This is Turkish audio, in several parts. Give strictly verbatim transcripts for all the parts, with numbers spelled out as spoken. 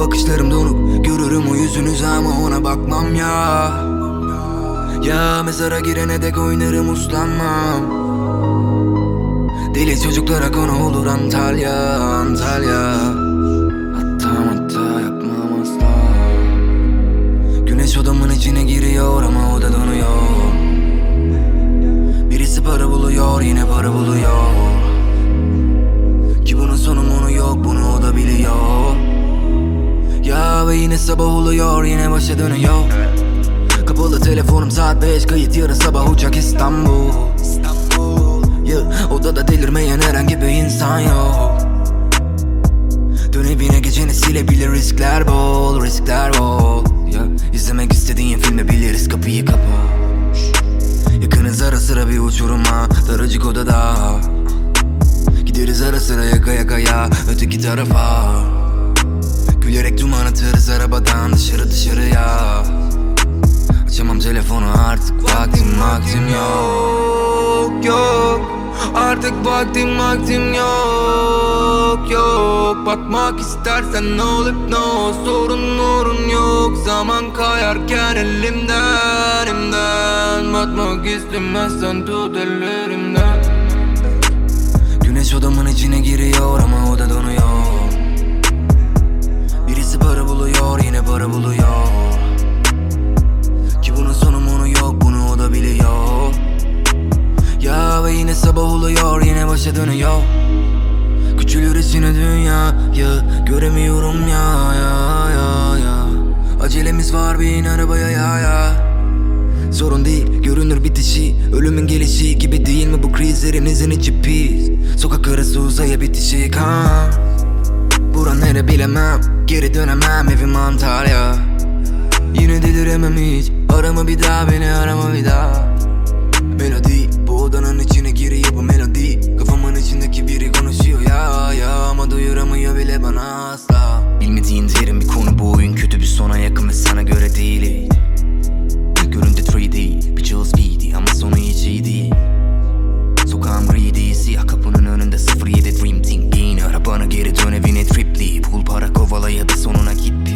Bakışlarım donuk, görürüm o yüzünüzü ama ona bakmam ya. Ya mezara girene dek oynarım, uslanmam. Deli çocuklara konu olur Antalya, Antalya. Hatta hatta yapmam asla. Güneş odamın içine giriyor ama o da donuyor. Birisi para buluyor, yine para buluyor. Ki bunun sonu monu yok, bunu o da biliyor. Ya ve yine sabah oluyor, yine başa dönüyor. Kapalı telefonum saat beş, kayıt yarın sabah uçak İstanbul. Yeah, odada delirmeyen herhangi bir insan yok. Dön evine, geceni silebilir, riskler bol, riskler bol. Yeah, izlemek istediğin filmi biliriz, kapıyı kapa. Yakınız ara sıra bir uçuruma, daracık odada. Gideriz ara sıra yaka yakaya, öteki tarafa. Gülerek duman atarız arabadan dışarı dışarıya. Açamam telefonu artık, vaktim vaktim yok yok. Artık vaktim vaktim yok yok. Bakmak istersen ne olup ne ol, sorun sorun yok. Zaman kayarken elimden elimden. Batmak istemezsen tut ellerimden. Güneş odamın içine giriyor ama o da donuyor. Birisi para buluyor, yine para buluyor. Ki bunun sonu monu yok, bunu o da biliyor. Ya ve yine sabah oluyor, yine başa dönüyor. Küçülür içine dünya, ya göremiyorum ya ya ya ya. Acelemiz var, bin arabaya ya ya. Sorun değil, görünür bitişi, ölümün gelişi gibi değil mi bu krizlerimizin içi pis. Sokak arası uzaya bitişik ha. Buran nere bilemem, geri dönemem, evim Antalya. Yine deliremem hiç, arama bir daha beni, arama bir daha. Melodi, bu odanın içine giriyor bu melodi. Kafamın içindeki biri konuşuyor ya ya, ama duyuramıyor bile bana asla. Bilmediğin derin bir konu bu oyun, kötü bir sona yakın ve sana göre değil. Görüntü üç D, bir cılız V D ama sonu hiç iyi değil. Sokağım greedy, siyah kapının önünde sıfır yedi Dream Team. Bin arabana geri dön evine tripli, pul para kovala ya da sonuna gitti.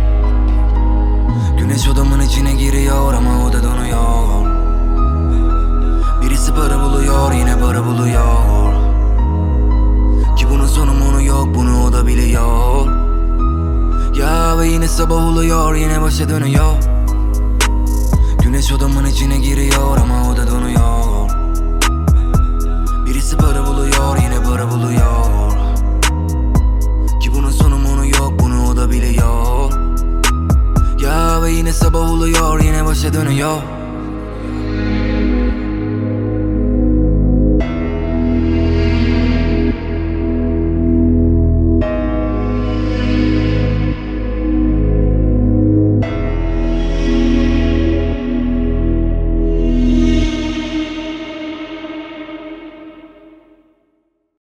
Güneş odamın içine giriyor ama o da donuyor. Birisi para buluyor, yine para buluyor. Ki bunun sonu monu yok, bunu o da biliyor. Ya ve yine sabah oluyor, yine başa dönüyor. Güneş odamın içine giriyor ama o da donuyor. Birisi para buluyor, yine para buluyor. Ki bunun sonu monu yok, bunu o da biliyor. Ya ve yine sabah oluyor, yine başa dönüyor.